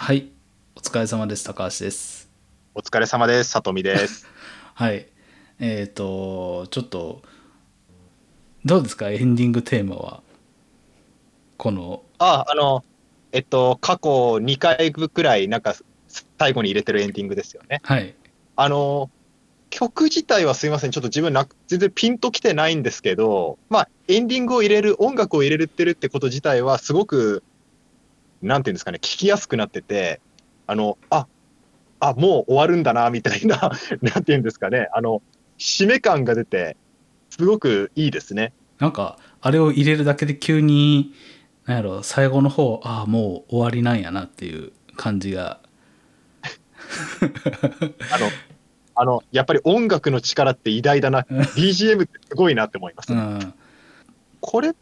はい、お疲れ様です。高橋です。 お疲れ様です。さとみです。 はい。ちょっと、どうですか、エンディングテーマは。この、 あ、過去2回くらい、最後に入れてるエンディングですよね。 はい。 あの、曲自体はすいません。ちょっと自分全然ピンときてないんですけど、まあ、エンディングを入れる、音楽を入れてるってこと自体は、すごく、なんていうんですかね、聞きやすくなってて、あの、あ、もう終わるんだな、みたいな、なんていうんですかね、締め感が出て、すごくいいですね。 なんか、あれを入れるだけで急に、なんやろ、最後の方、ああ、もう終わりなんやなっていう感じが。 あの、やっぱり音楽の力って偉大だな。BGM ってすごいなって思います。 うん。 これって、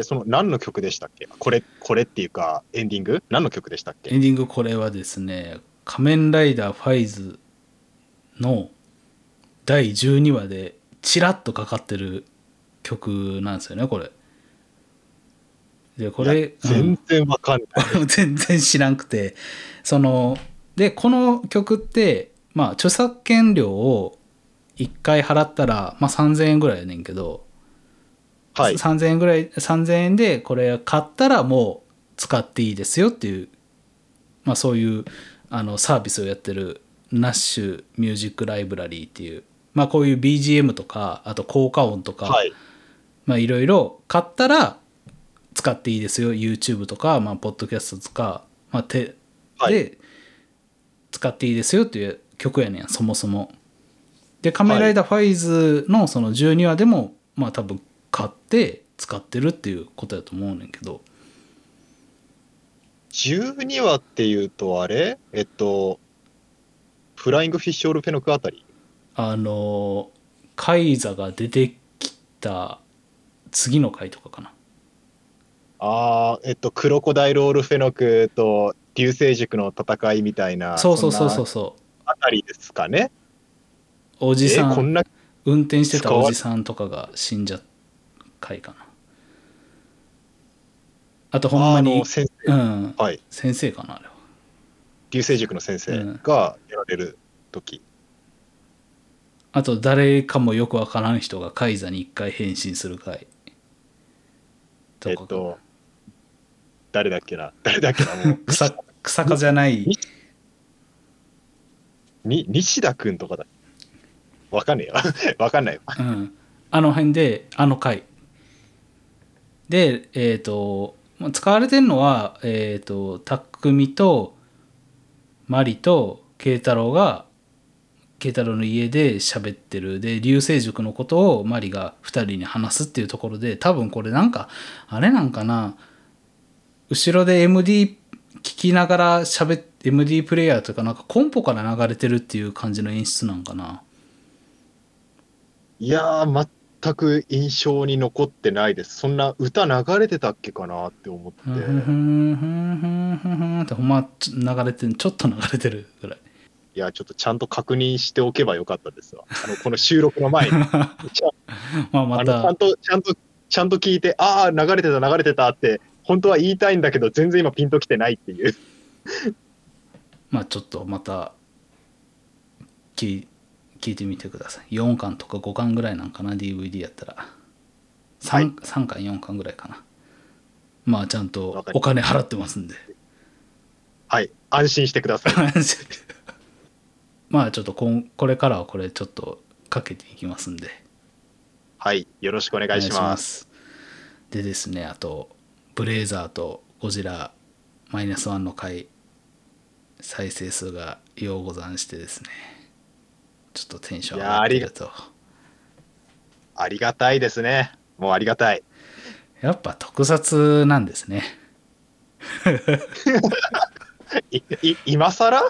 何の曲でしたっけ？これっていうか、エンディング何の曲でしたっけ？ エンディングこれはですね、仮面ライダーファイズの第12話でチラッとかかってる曲なんですよね、これ。で、こいや、 れ、うん。 全然わかんないです。 全然知らんくて、その、で、この曲って、まあ、著作権料を1回払ったら、まあ、3000円ぐらいやねんけど、 はい。 3000円ぐらい、3000円でこれ買ったらもう使っていいですよっていう、まあ、そういうサービスをやってるナッシュミュージックライブラリーっていう、まあ、こういう BGM とか、あと効果音とか、 はい。 まあ、いろいろ買ったら使っていいですよ。YouTube とか、まあ、ポッドキャストとか、まあ、 はい。 で使っていいですよっていう曲やねん、そもそも。で、仮面はい。 ライダーファイズのその12話でも、まあ多分買って使ってるっていうことだと思うねんけど、 12話っていうと、フライングフィッシュオルフェノクあたり？ あの、カイザが出てきた次の回とかかな。 クロコダイルオルフェノクと流星塾の戦いみたいな、 そうそうそうそそんなうそあたりですかね。 う。おじさん、 こんな運転してたお使われ、 じさんとかが死んじゃった回かな。あとほんまに、 先生、 うん、 はい。 先生かな、あれは。 流星塾の先生うん。 がやられる時。 あと誰かもよくわからん人がカイザに一回変身する回とかかな。 えっと、誰だっけな、もう、 草加じゃない。 に西田くんとかだ。わかんねえよ。わかんないよ。 うん。あの辺で、あの回。で、使われてるのは、匠とマリと慶太郎が、慶太郎の家で喋ってる。で、流星塾のことをマリが二人に話すっていうところで、多分これなんか、あれなんかな、後ろで MD 聞きながら喋って、MD プレイヤーというかなんかコンポから流れてるっていう感じの演出なんかな。 いやー、全く印象に残ってないです。そんな歌流れてたっけかなって思っふんふんふて。 んふんふんふんふんってほんま流れてる、ちょっと流れてるぐらい。 いや、ちょっとちゃんと確認しておけばよかったですわ。この収録の前に。ちゃまあまた、 ちゃんと聞いて、流れてたって、本当は言いたいんだけど、全然今ピンときてないっていう。 まあちょっとまた聞聞いてみてください。4巻とか5巻ぐらいなんかな、DVD やったら。 はい。 3巻4巻ぐらいかな。まあちゃんとわかり、 お金払ってますんで。 はい。安心してください。 まあちょっとこれからはこれちょっとかけていきますんで。 はい。よろしくお願いお願いします。 します。でですね、あと、ブレイザーとゴジラマイナスワンの回、再生数がようござんしてですね、ちょっとテンション上がいやー、 ってると。 ありがたいですね。もうありがたい。 やっぱ特撮なんですね。 今更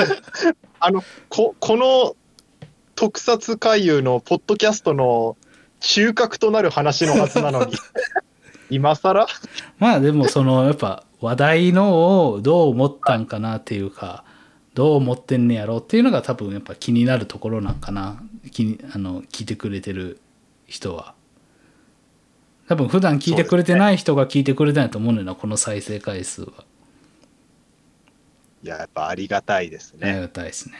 この特撮回遊のポッドキャストの中核となる話のはずなのに、今更まあでもそのやっぱ話題のをどう思ったんかなっていうか、どう思ってんねやろっていうのが多分やっぱ気になるところなんかな。聞いてくれてる人は。多分普段聞いてくれてそうですね。 ない人が聞いてくれたんやと思うのよな、この再生回数は。 いや、やっぱありがたいですありね。 がたいですね。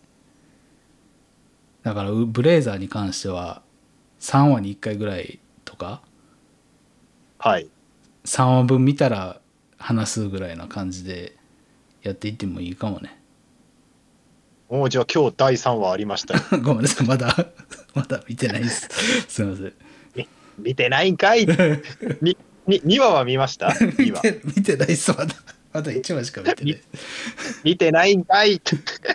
だからブレイザーに関しては3話に1回ぐらいとかはい。 3話分見たら話すぐらいな感じでやっていってもいいかもね。 もうじゃあ今日第3話ありましたよ。 ごめんなさい、まだ見てないです。すいません。 見てないんかい。2話は見ました？ 2 話。 見てないっす、まだ1話しか見てない。 見てないんかい。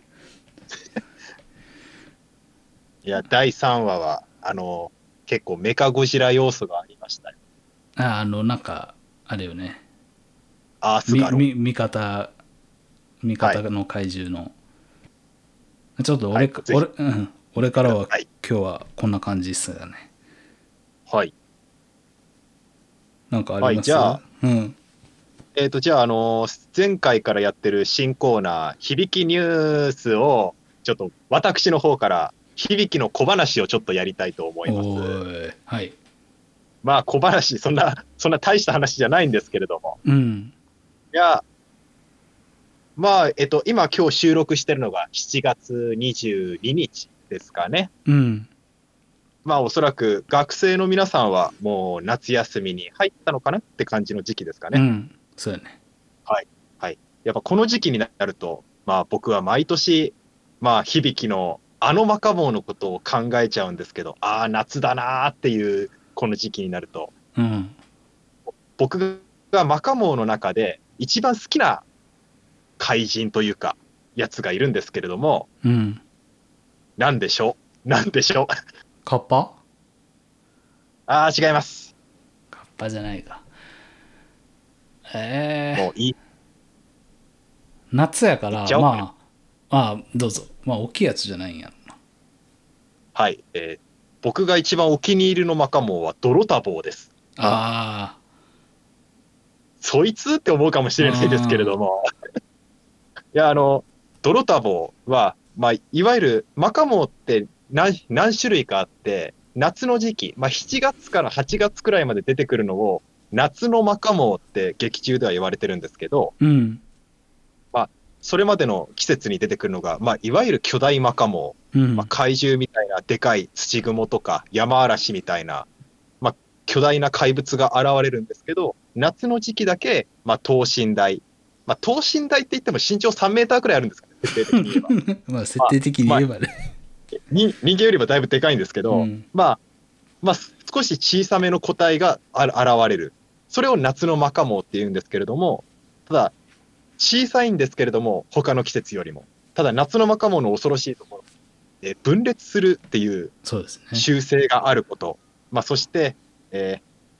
いや、第3話は、結構メカゴジラ要素がありましたよ。 なんか、あれよね。 アースガロン。 味はい。 方の怪獣の。ちょっとはい。ぜひ、 俺からはください。 今日はこんな感じっすよね。 はい。 なんかありはい。 ます？ じゃあ、 うん。 じゃあ、前回からやってる新コーナー、響きニュースを、ちょっと私の方から、響きの小話をちょっとやりたいと思います。 おーい。はい。 まあ、小話、そんな大した話じゃないんですけれども。 うん。 いや、まあ、今日収録してるのが7月22日ですかね。 うん。 まあ、おそらく学生の皆さんはもう夏休みに入ったのかなって感じの時期ですかね。 うん。そうやね。 はい。はい。やっぱこの時期になると、まあ僕は毎年、まあ響きのあのマカボウのことを考えちゃうんですけど、ああ、夏だなーっていう、この時期になると、 うん。 僕がマカボウの中で一番好きな怪人というか、やつがいるんですけれども、 うん。 なんでしょなんでしょう。 カッパ？ ああ、違います。 カッパじゃないか。えー、 もういい。 夏やから、 言っちゃおう。 どうぞ。まあ、大きいやつじゃないんやろな。 はい。僕が一番お気に入りのマカモウはドロタボウです。 あそいつって思うかもしれないですけれあ、 ども、いや、ドロタボは、まあ、いわゆるマカモって何種類かあって、夏の時期、まあ、7月から8月くらいまで出てくるのを、夏のマカモって劇中では言われてるんですけど、 うん。 まあ、それまでの季節に出てくるのが、まあ、いわゆる巨大マカモ、まあ、 うん。 怪獣みたいなでかい土雲とか山嵐みたいな、まあ、巨大な怪物が現れるんですけど、夏の時期だけ、まあ、等身大。まあ、等身大って言っても身長3メーターくらいあるんですかね、設定的に言えば。 まあ、設まあ、 定的にまあ、 言えばね。 人間よりもだいぶでかいんですけど、 うん。 まあ、少し小さめの個体が現れる。それを夏のマカモウって言うんですけれども、ただ、小さいんですけれども、他の季節よりも。ただ、夏のマカモウの恐ろしいところ、分裂するっていうそうですね。 習性があること。まあ、そして、え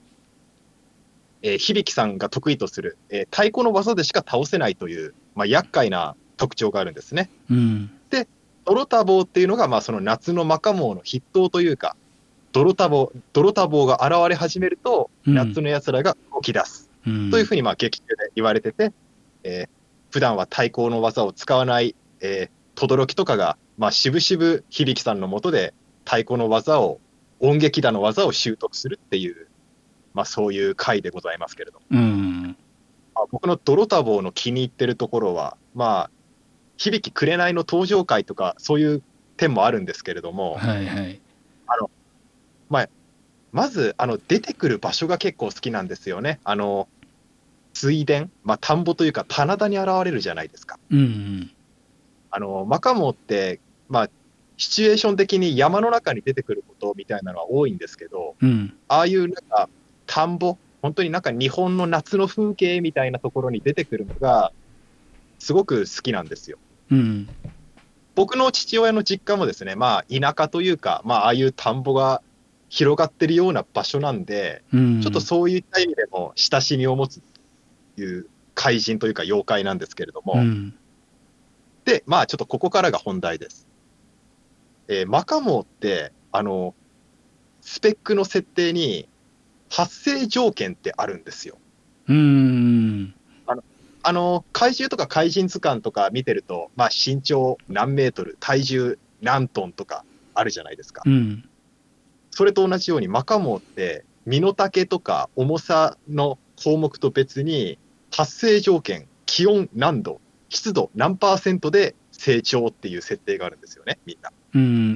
響さんが得意とする、太鼓の技でしか倒せないという、まあ、厄介な特徴があるんですね。 うん。 で、ドロタボウっていうのが、まあ、その夏のマカモウの筆頭というか、ドロタボウが現れ始めると、 うん。 夏の奴らが動き出す。 うん。 というふうに、まあ、劇中で言われてて、えー普段は太鼓の技を使わない、轟とかが、まあ、渋々響さんのもとで太鼓の技を、音劇だの技を習得するっていう、まあ、そういう回でございますけれども。 うん。 まあ、僕のドロタボウの気に入ってるところは、まあ、響紅の登場回とか、そういう点もあるんですけれども、 はいはい。 あの、まあ、まず、出てくる場所が結構好きなんですよね。水田、まあ、田んぼというか、棚田に現れるじゃないですか。 うん。 マカモって、まあ、シチュエーション的に山の中に出てくることみたいなのは多いんですけど、 うん。 ああいうなんか、田んぼ、本当になんか日本の夏の風景みたいなところに出てくるのが、すごく好きなんですよ。 うん。 僕の父親の実家もですね、まあ、田舎というか、まあ、ああいう田んぼが広がってるような場所なんで、 うちょっとん。 そういった意味でも親しみを持つという怪人というか妖怪なんですけれども、 うん。 で、まあ、ちょっとここからが本題です。マカモって、スペックの設定に発生条件ってあるんですよ。 うん。 あの、怪獣とか怪人図鑑とか見てると、まあ、身長何メートル、体重何トンとかあるじゃないですか。 うん。 それと同じようにマカモって身の丈とか重さの項目と別に発生条件、気温何度、 湿度何%で成長っていう設定があるんですよね、みんな。 うん、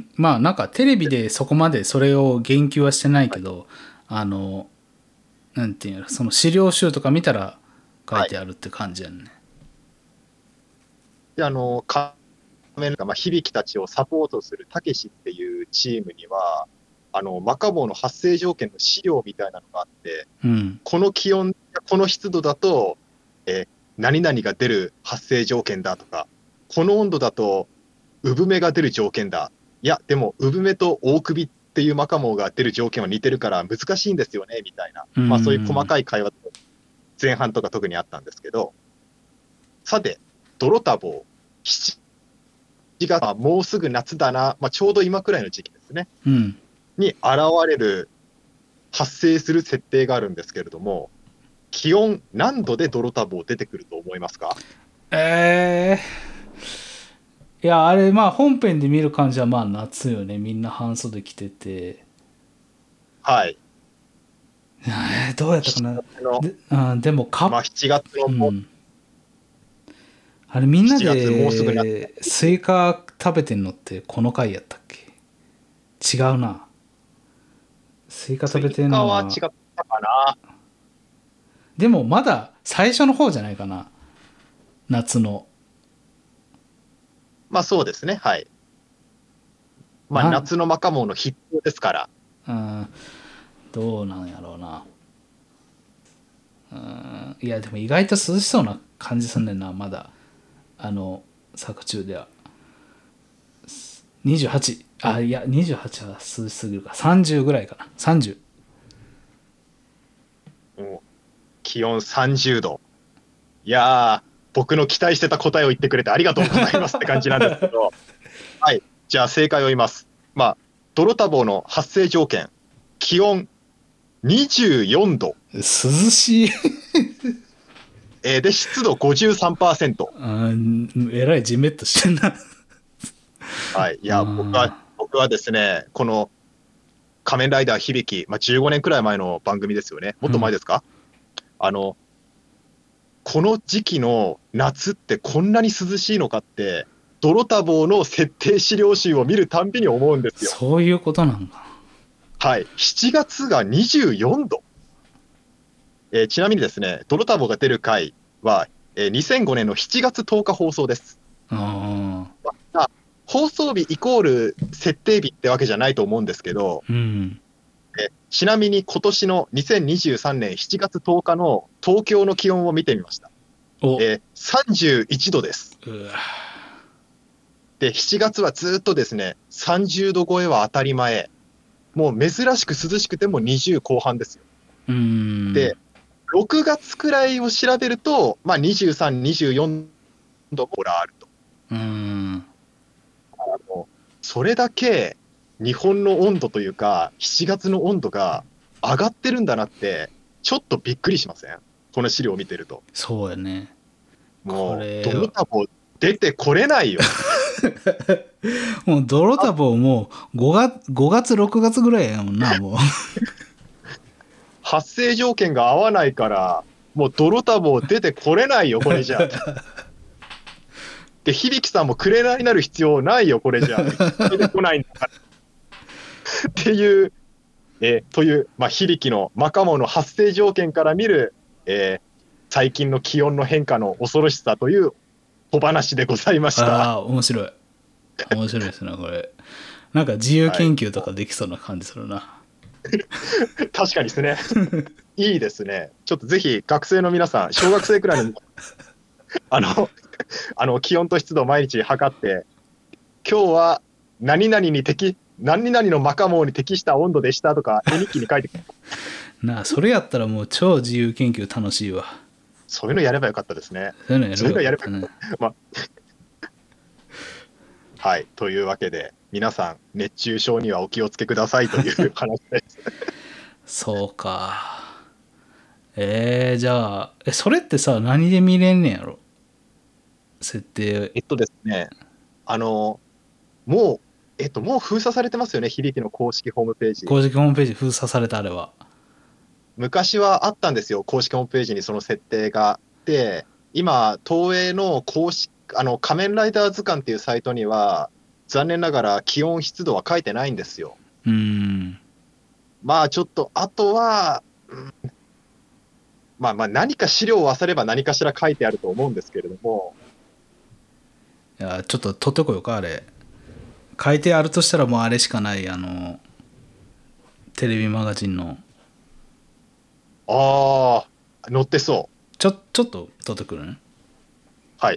まあなんかテレビでそこまでそれを言及はしてないけど、なんていうの、その資料集とか見たら書いはい。 てあるって感じやんね。 で、仮面が、響たちをサポートするたけしっていうチームには、マカボウの発生条件の資料みたいなのがあって、 うん。 この気温、この湿度だと、何々が出る発生条件だとか、この温度だと、産芽が出る条件だ。いや、でも、産芽と大首っていうマカモウが出る条件は似てるから難しいんですよね、みたいな。 うそういう細ん。 かい会話前半とか特にあったんですけど、さて、泥田坊、7月、もうすぐ夏だな、ちょうど今くらいの時期ですね、 うん。 に現れる、発生する設定があるんですけれども、気温何度で泥田坊出てくると思いますか？ えいや、あれ、まあ本編で見る感じはまあ夏よね。みんな半袖着てて。 はい。 どうやったか 7 な。 月の、 でも 7月の、 うん。あれみんな 7月もうすぐ夏。 でスイカ食べてんのってこの回やったっけ？違うな。スイカ食べてんのは、 追加は違ったかな。 でもまだ最初の方じゃないかな。夏の。 そうですね。はい。 な、 夏のマカモの筆頭ですから。 うん、どうなんやろうな。いや、でも意外と涼しそうな感じすんねんな、まだ。作中では。28。いや、28は涼しすぎるか。30ぐらいかな。30。 もう気温30度。いやー、僕の期待してた答えを言ってくれてありがとうございますって感じなんですけど、はい。じゃあ正解を言います。泥田坊の発生条件、気温24度。 涼しい。 で、湿度53%。 えらいジメッとしてんな。 はい。いや、僕はですね、この仮面ライダー響き、15年くらい前の番組ですよね。もっと前ですか？この時期の夏ってこんなに涼しいのかって、泥田坊の設定資料集を見るたんびに思うんですよ。 そういうことなんか。 はい。7月が24度。ちなみにですね、泥田坊が出る回は、2005年の7月10日放送です。 あ放送日イコール設定日ってわけじゃないと思うんですけど、 うん。 ちなみに今年の2023年7月10日の東京の気温を見てみました。 お、 31度です。 うわで、7月はずっとですね、30度超えは当たり前。もう珍しく涼しくても20後半ですよ。 うん。 で、6月くらいを調べると、23、24度もあると。 うん。 それだけ日本の温度というか、7月の温度が上がってるんだなって、ちょっとびっくりしません？この資料を見てると。 そうやね。こもう、 れ、 泥田も出てこれないよ。 もう泥田棒もう5月、6月ぐらいやもんな、もう。 発生条件が合わないから、もう泥田も出てこれないよ、これじゃ。で、響さんも紅になる必要ないよ、これじゃ。出てこないんだから。っていう、という、響のマカモの発生条件から見る、最近の気温の変化の恐ろしさという小話でございました。 ああ、面白い。面白いですね、これ。なんか自由はい、 研究とかできそうな感じするな。 確かにですね。いいですね。ちょっとぜひ学生の皆さん、小学生くらいの、あの、気温と湿度を毎日測って、今日は何々のマカモに適した温度でしたとか、絵日記に書いてくる。 なあ、それやったらもう超自由研究楽しいわ。 そういうのやればよかったですね。 そういうのやそういうのやればよかったればよかっね。 た。はい。というわけで、皆さん、熱中症にはお気をつけくださいという話です。 そうか。じゃあ、それってさ、何で見れんねんやろ？設定。 ですね、ももう封鎖されてますよね、響の公式ホームページ。 公式ホームページ封鎖されたあれは。 昔はあったんですよ、公式ホームページにその設定があって、 今、東映の公式、仮面ライダー図鑑っていうサイトには、残念ながら気温、湿度は書いてないんですよ。 うーん。 まあちょっと、あとは、まあ何か資料を漁れば何かしら書いてあると思うんですけれども、 いや、ちょっと取ってこようか、あれ。書いてあるとしたらもうあれしかない、テレビマガジンの。 ああ、載ってそう。 ちょっと取ってくるね。 はい。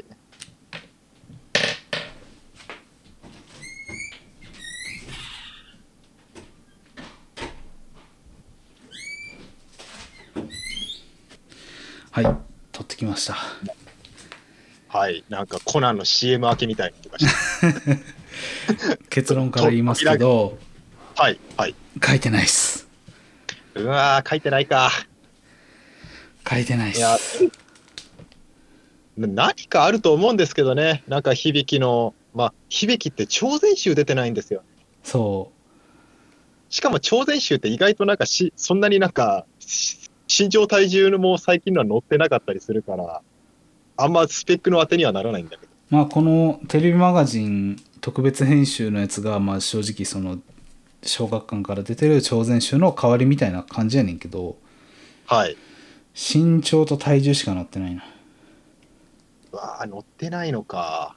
はい、取ってきました。 はい。なんかコナンの CM 明けみたいに言ってました。 結論から言いますけど、 はい、はい。 書いてないっす。 うわー、書いてないか。 書いてないっいや、 す。 何かあると思うんですけどね。なんか響の、まあ、響って超全集出てないんですよ。 そしかも超全集って意外となんかそんなになんか、身長体重も最近のは載ってなかったりするから、あんまスペックの当てにはならないんだけど。 う。まあこのテレビマガジン特別編集のやつが、まあ正直その小学館から出てる超全集の代わりみたいな感じやねんけど、 はい。 身長と体重しか載ってないな。 うわー、載ってないのか。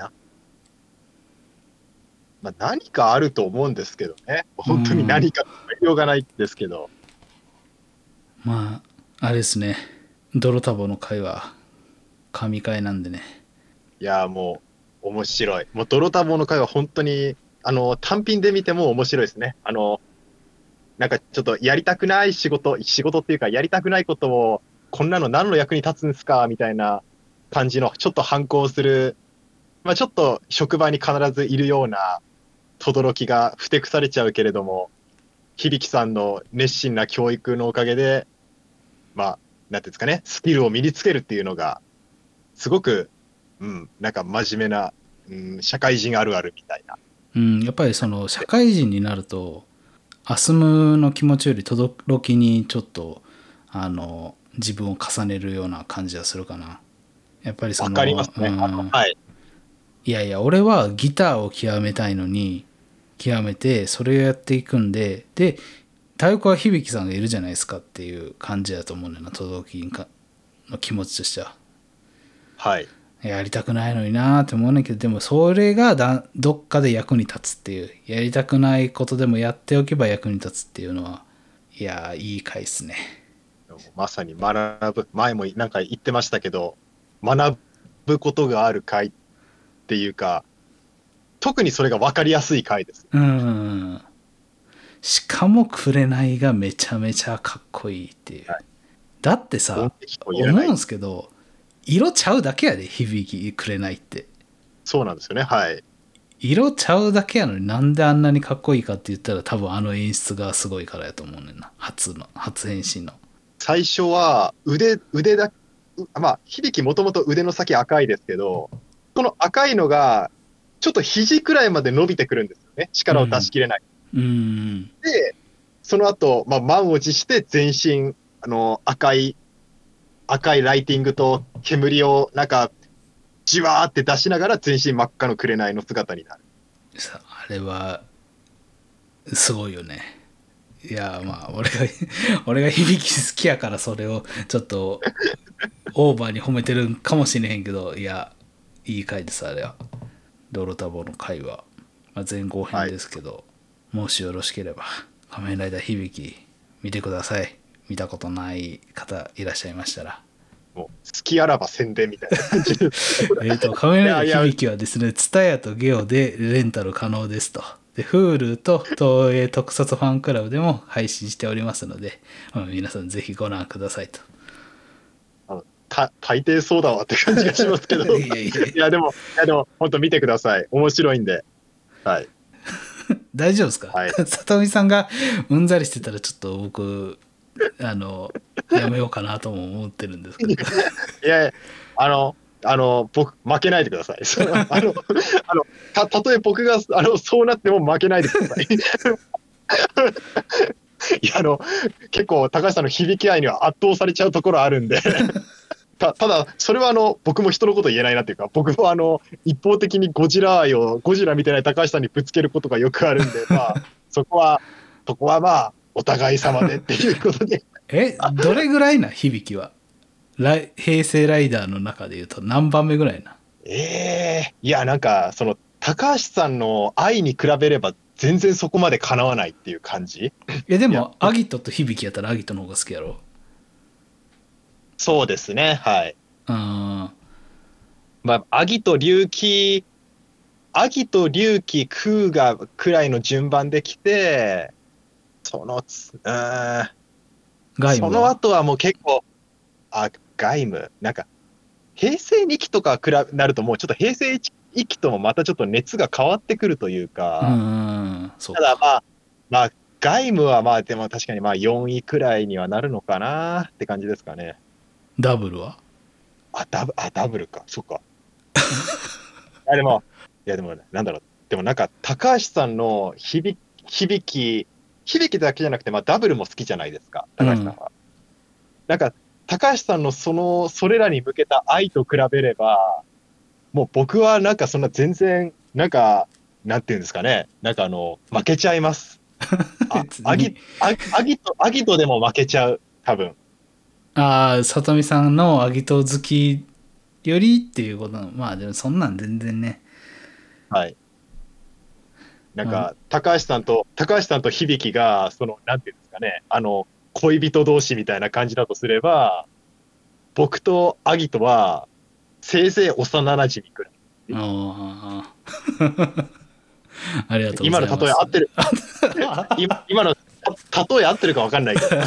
まあ、何かあると思うんですけどね。本当に何か止めようがないんですけど。 まああれですね、泥タボの回は神回なんでね。 いやーもう面白い。もう泥田棒の回は本当に、単品で見ても面白いですね。なんかちょっとやりたくない仕事っていうかやりたくないことを、こんなの何の役に立つんですかみたいな感じの、ちょっと反抗する、まあちょっと職場に必ずいるような轟がふてくされちゃうけれども、響さんの熱心な教育のおかげで、まあ、なんていうんですかね、スキルを身につけるっていうのが、すごく、なんか真面目な、社会人あるあるみたいな。 やっぱりその社会人になるとアスムの気持ちより轟にちょっと自分を重ねるような感じはするかな。やっぱりそわかりまの、 すね。はい。 いやいや俺はギターを極めたいのに極めてそれをやっていくんで、太鼓は響さんがいるじゃないですかっていう感じだと思うんだよな、轟の気持ちとしては。 はい。 やりたくないのになーって思うねんけど、でもそれがどっかで役に立つっていう、やりたくないことでもやっておけば役に立つっていうのは、いやーいい回っすね。 まさに学ぶ、前もなんか言ってましたけど、学ぶことがある回っていうか、特にそれが分かりやすい回です。 しかも紅がめちゃめちゃかっこいいっていう。 はい、 だってさ、思うんすけど、色ちゃうだけやで、響き紅って。 そうなんですよね。はい。 色ちゃうだけやのになんであんなにかっこいいかって言ったら多分あの演出がすごいからやと思うねんな。初変身の。 最初はまあ、響もともと腕の先赤いですけど、この赤いのが、ちょっと肘くらいまで伸びてくるんですよね。力を出しきれない。で、その後、まあ、満を持して全身、赤いライティングと煙をなんか、じわーって出しながら全身真っ赤の紅の姿になる。 あれは、すごいよね。いや、まあ、俺が響き好きやからそれをちょっとオーバーに褒めてるんかもしれへんけど、いや、いい回です、あれは。泥タボの回は。まあ、前後編ですけど、もしよろしければ、仮面ライダー響き見てください。見たことない方いらっしゃいましたら。 もう、好きあらば宣伝みたいな感じで。 仮面ライダー響きはですね、TSUTAYAとゲオでレンタル可能ですと。で、Hulu と東映特撮ファンクラブでも配信しておりますので、皆さんぜひご覧くださいと。 大抵そうだわって感じがしますけど。いや、でも、本当見てください。面白いんで。はい。 大丈夫ですか、 はい、 里見さんがうんざりしてたらちょっと僕、やめようかなとも思ってるんですけど。 いやいや、僕、負けないでください。たとえ僕が、そうなっても負けないでください。いや、結構、高橋さんの響き合いには圧倒されちゃうところあるんで、 ただ、それは僕も人のこと言えないなっていうか、僕も一方的にゴジラ愛を、ゴジラみたいな高橋さんにぶつけることがよくあるんで、まあ、そこは、そこはまあ、お互い様でっていうことで。 どれぐらいな響きは平成ライダーの中で言うと何番目ぐらいな？ いや、なんか、高橋さんの愛に比べれば、全然そこまで叶わないっていう感じ。 でいや、 もアギトと響やったらアギトの方が好きやろ？ そうですね、はい。 あまあ、アギと龍騎、空がくらいの順番で来て、そのつ、うーん、そガイムは？ の後はもう結構、外務。なんか、平成2期とかなるともうちょっと平成1期ともまたちょっと熱が変わってくるというか、 そうただか。 まあ、外務はまあでも確かにまあ4位くらいにはなるのかなって感じですかね。 ダブルは？ ダブルか。そっか。でも、でも、なんだろう。でもなんか、高橋さんの響きだけじゃなくて、まあダブルも好きじゃないですか、高橋さんは。なんか、高橋さんのそれらに向けた愛と比べれば、もう僕はなんかそんな全然、なんか、なんていうんですかね。なんか負けちゃいます。 別に。 アギトでも負けちゃう。多分。 さとみさんのアギト好きよりっていうことの、まあでもそんなん全然ね。 はい。なんまあ、 か、高橋さんと響が、なんていうんですかね。恋人同士みたいな感じだとすれば、僕とアギトは、せいぜい幼馴染くらい。 あーありがとうご今のざいます。 例え合ってる。今の例え合ってるかわかんないけど。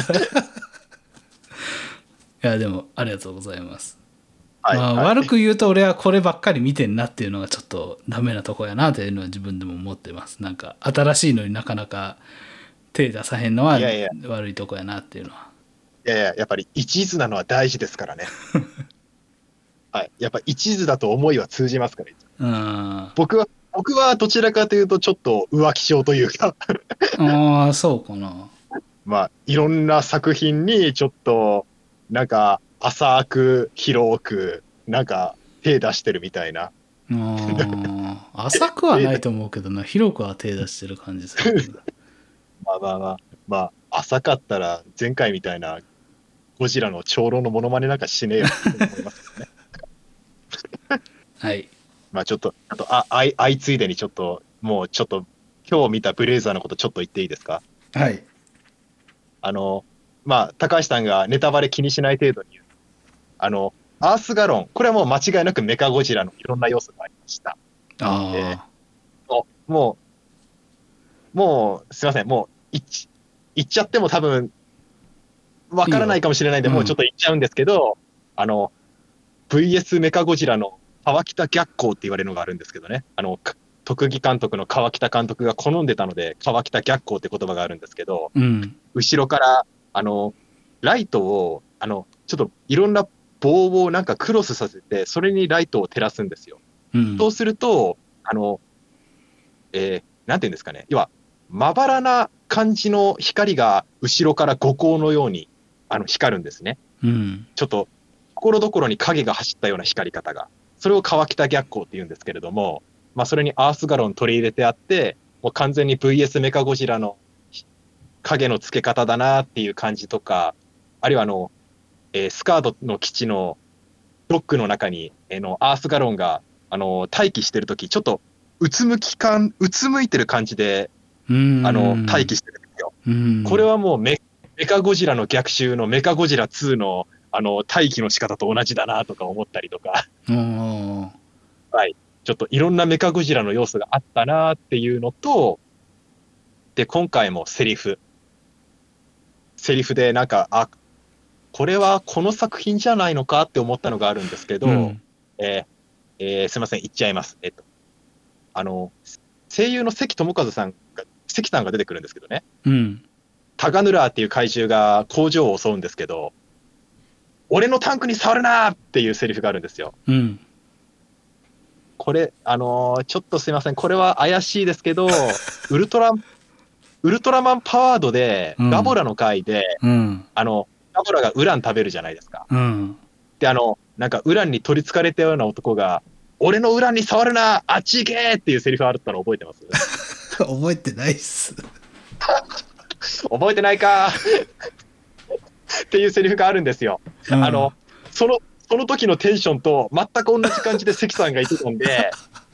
いや、でもありがとうございます。 はい、 まあはい。 悪く言うと俺はこればっかり見てんなっていうのがちょっとダメなとこやなというのは自分でも思ってます。なんか新しいのになかなか手出さへんのはいやいや、 悪いとこやなっていうのは。 やっぱり一途なのは大事ですからね。はい。やっぱ一途だと思いは通じますから。僕はどちらかというとちょっと浮気症というか、 そうかな。 まあ、いろんな作品にちょっと、なんか、浅く、広く、なんか、手出してるみたいな。 浅くは手出ないと思うけどな、広くは手出してる感じするけどな。 まあまあまあ、まあ、浅かったら、前回みたいな、ゴジラの長老のモノマネなんかしねえよって思いますけどね。 はい。 まあちょっと、あと、相ついでにちょっと、もうちょっと、今日見たブレイザーのことちょっと言っていいですか？ はい。 あの、まあ、高橋さんがネタバレ気にしない程度に言う。アースガロン、これはもう間違いなくメカゴジラのいろんな要素がありました。で、 あもすいません、もう、言っちゃっても多分、わからないいいよ。 かもしれないんで、もうちょっうん。 と言っちゃうんですけど、VS メカゴジラの川北逆行って言われるのがあるんですけどね。特技監督の川北監督が好んでたので、川北逆行って言葉があるんですけど、 うん。 後ろから、ライトを、ちょっといろんな棒をなんかクロスさせて、それにライトを照らすんですよ。 うん。 そうすると、なんていうんですかね。要は、まばらな感じの光が後ろから五光のように、光るんですね。 うん。 ちょっと、ところどころに影が走ったような光り方が。それを川北逆光って言うんですけれども、まあ、それにアースガロン取り入れてあって、もう完全に VS メカゴジラの影の付け方だなっていう感じとか、あるいはスカードの基地のドックの中に、アースガロンが、待機してるとき、ちょっと、うつむいてる感じで、 うん。 待機してるんですよ。 うん。 これはもうメカゴジラの逆襲のメカゴジラ2の、待機の仕方と同じだなとか思ったりとか、 おー。 はい。ちょっといろんなメカゴジラの要素があったなっていうのと、で、今回もセリフでなんか、これはこの作品じゃないのかって思ったのがあるんですけど、 うん。 えすいません、言っちゃいます。あの、声優の関さんが出てくるんですけどね、 うん。 タガヌラーっていう怪獣が工場を襲うんですけど、俺のタンクに触るなっていうセリフがあるんですよ。 うん。 これ、ちょっとすいません、これは怪しいですけど、ウルトラマンパワードで、 うん。 ガボラの回で、 うん。 ガボラがウラン食べるじゃないですか。 うん。 で、なんか、ウランに取り憑かれたような男が、俺のウランに触るなあっち行けっていうセリフあったの覚えてます覚えてないっす。 覚えてないかっていうセリフがあるんですよ。 うん、 その時のテンションと全く同じ感じで関さんが言ってたんで、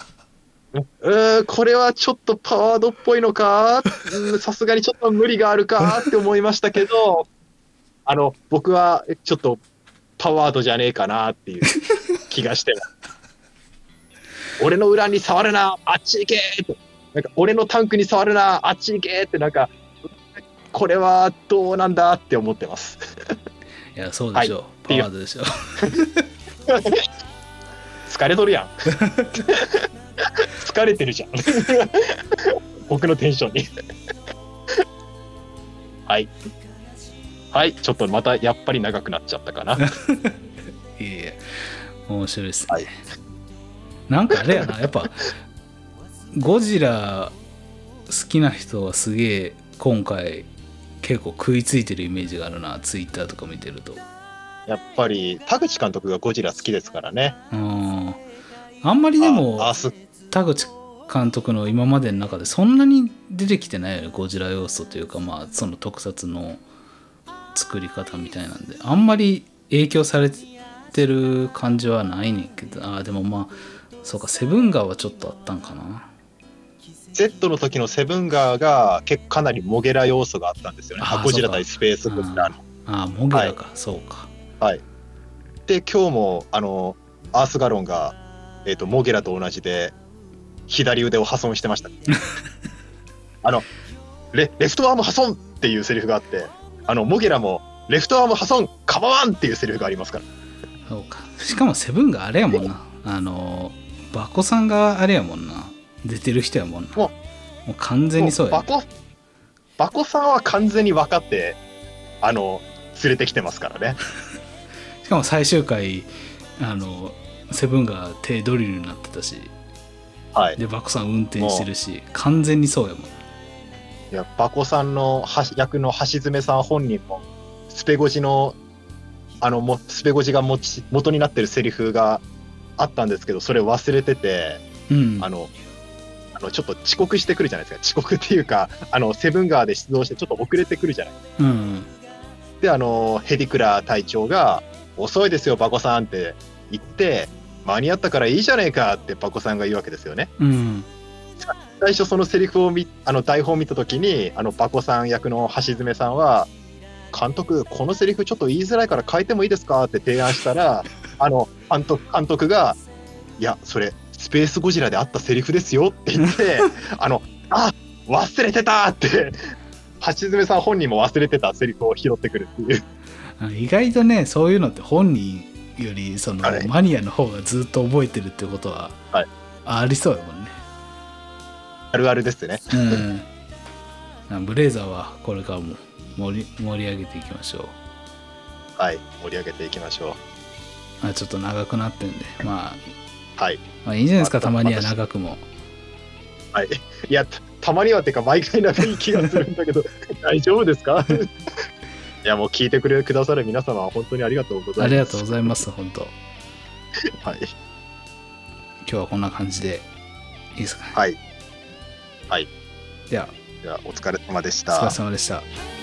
これはちょっとパワードっぽいのか、さすがにちょっと無理があるかって思いましたけど、僕はちょっとパワードじゃねえかなっていう気がしてます。俺の裏に触るな、あっち行けって、なんか俺のタンクに触るな、あっち行けって、なんか、これはどうなんだって思ってます。 いや、そうでしょう。はい、パワードでしょう。 疲れとるやん。疲れてるじゃん。僕のテンションに。はい。はい、ちょっとまたやっぱり長くなっちゃったかな。 いえいえ、面白いですね。 はい、 なんかあれやな、やっぱ、ゴジラ好きな人はすげえ今回結構食いついてるイメージがあるな、ツイッターとか見てると。 やっぱり田口監督がゴジラ好きですからね。 あんまりでも田口監督の今までの中でそんなに出てきてないよね、ゴジラ要素というか、まあその特撮の作り方みたいなんで、あんまり影響されてる感じはないねんけど、でもまあそうか、セブンガーはちょっとあったんかな。 Z の時のセブンガーが結構かなりモゲラ要素があったんですよね。ゴジラ対スペースゴジラの。 モゲラか、はい、そうか。 はい。で、今日もアースガロンが、モゲラと同じで左腕を破損してました。レフトアーム破損っていうセリフがあって、モゲラもレフトアーム破損カバワンっていうセリフがありますから。 そうか。しかもセブンがあれやもんな。バコさんがあれやもんな。出てる人やもんな。もう完全にそうや、ね。 バコさんは完全に分かって連れてきてますからね。 しかも最終回セブンが手ドリルになってたし、 はい、 でバコさん運転してるし、完全にそうやもん。 いや、バコさんの役の橋爪さん本人もスペゴジのスペゴジが元になってるセリフがあったんですけど、それ忘れてて、ちょっと遅刻してくるじゃないですか。遅刻っていうかセブンガーで出動してちょっと遅れてくるじゃないですか。でヘディクラ隊長が遅いですよバコさんって言って、間に合ったからいいじゃねえかってバコさんが言うわけですよね。最初そのセリフを台本を見た時にバコさん役の橋爪さんは、監督このセリフちょっと言いづらいから変えてもいいですかって提案したら監督が、いやそれスペースゴジラであったセリフですよって言って忘れてたって橋爪さん本人も忘れてたセリフを拾ってくるっていう。 意外とね、そういうのって本人よりそのマニアの方がずっと覚えてるってことはありそうやもんね。 あるあるですね。 ブレイザーはこれからも盛り上げていきましょう。はい、盛り上げていきましょう。ちょっと長くなってんで、 はい、 いいんじゃないですか、たまには長くも。 はい、いや たまにはっていうか毎回長い気がするんだけど大丈夫ですか？いやもう聞いてくださる皆様は本当にありがとうございます。 ありがとうございます、本当。 はい。 今日はこんな感じでいいですかね。 はい。はい。 ではお疲れ様でした。 お疲れ様でした。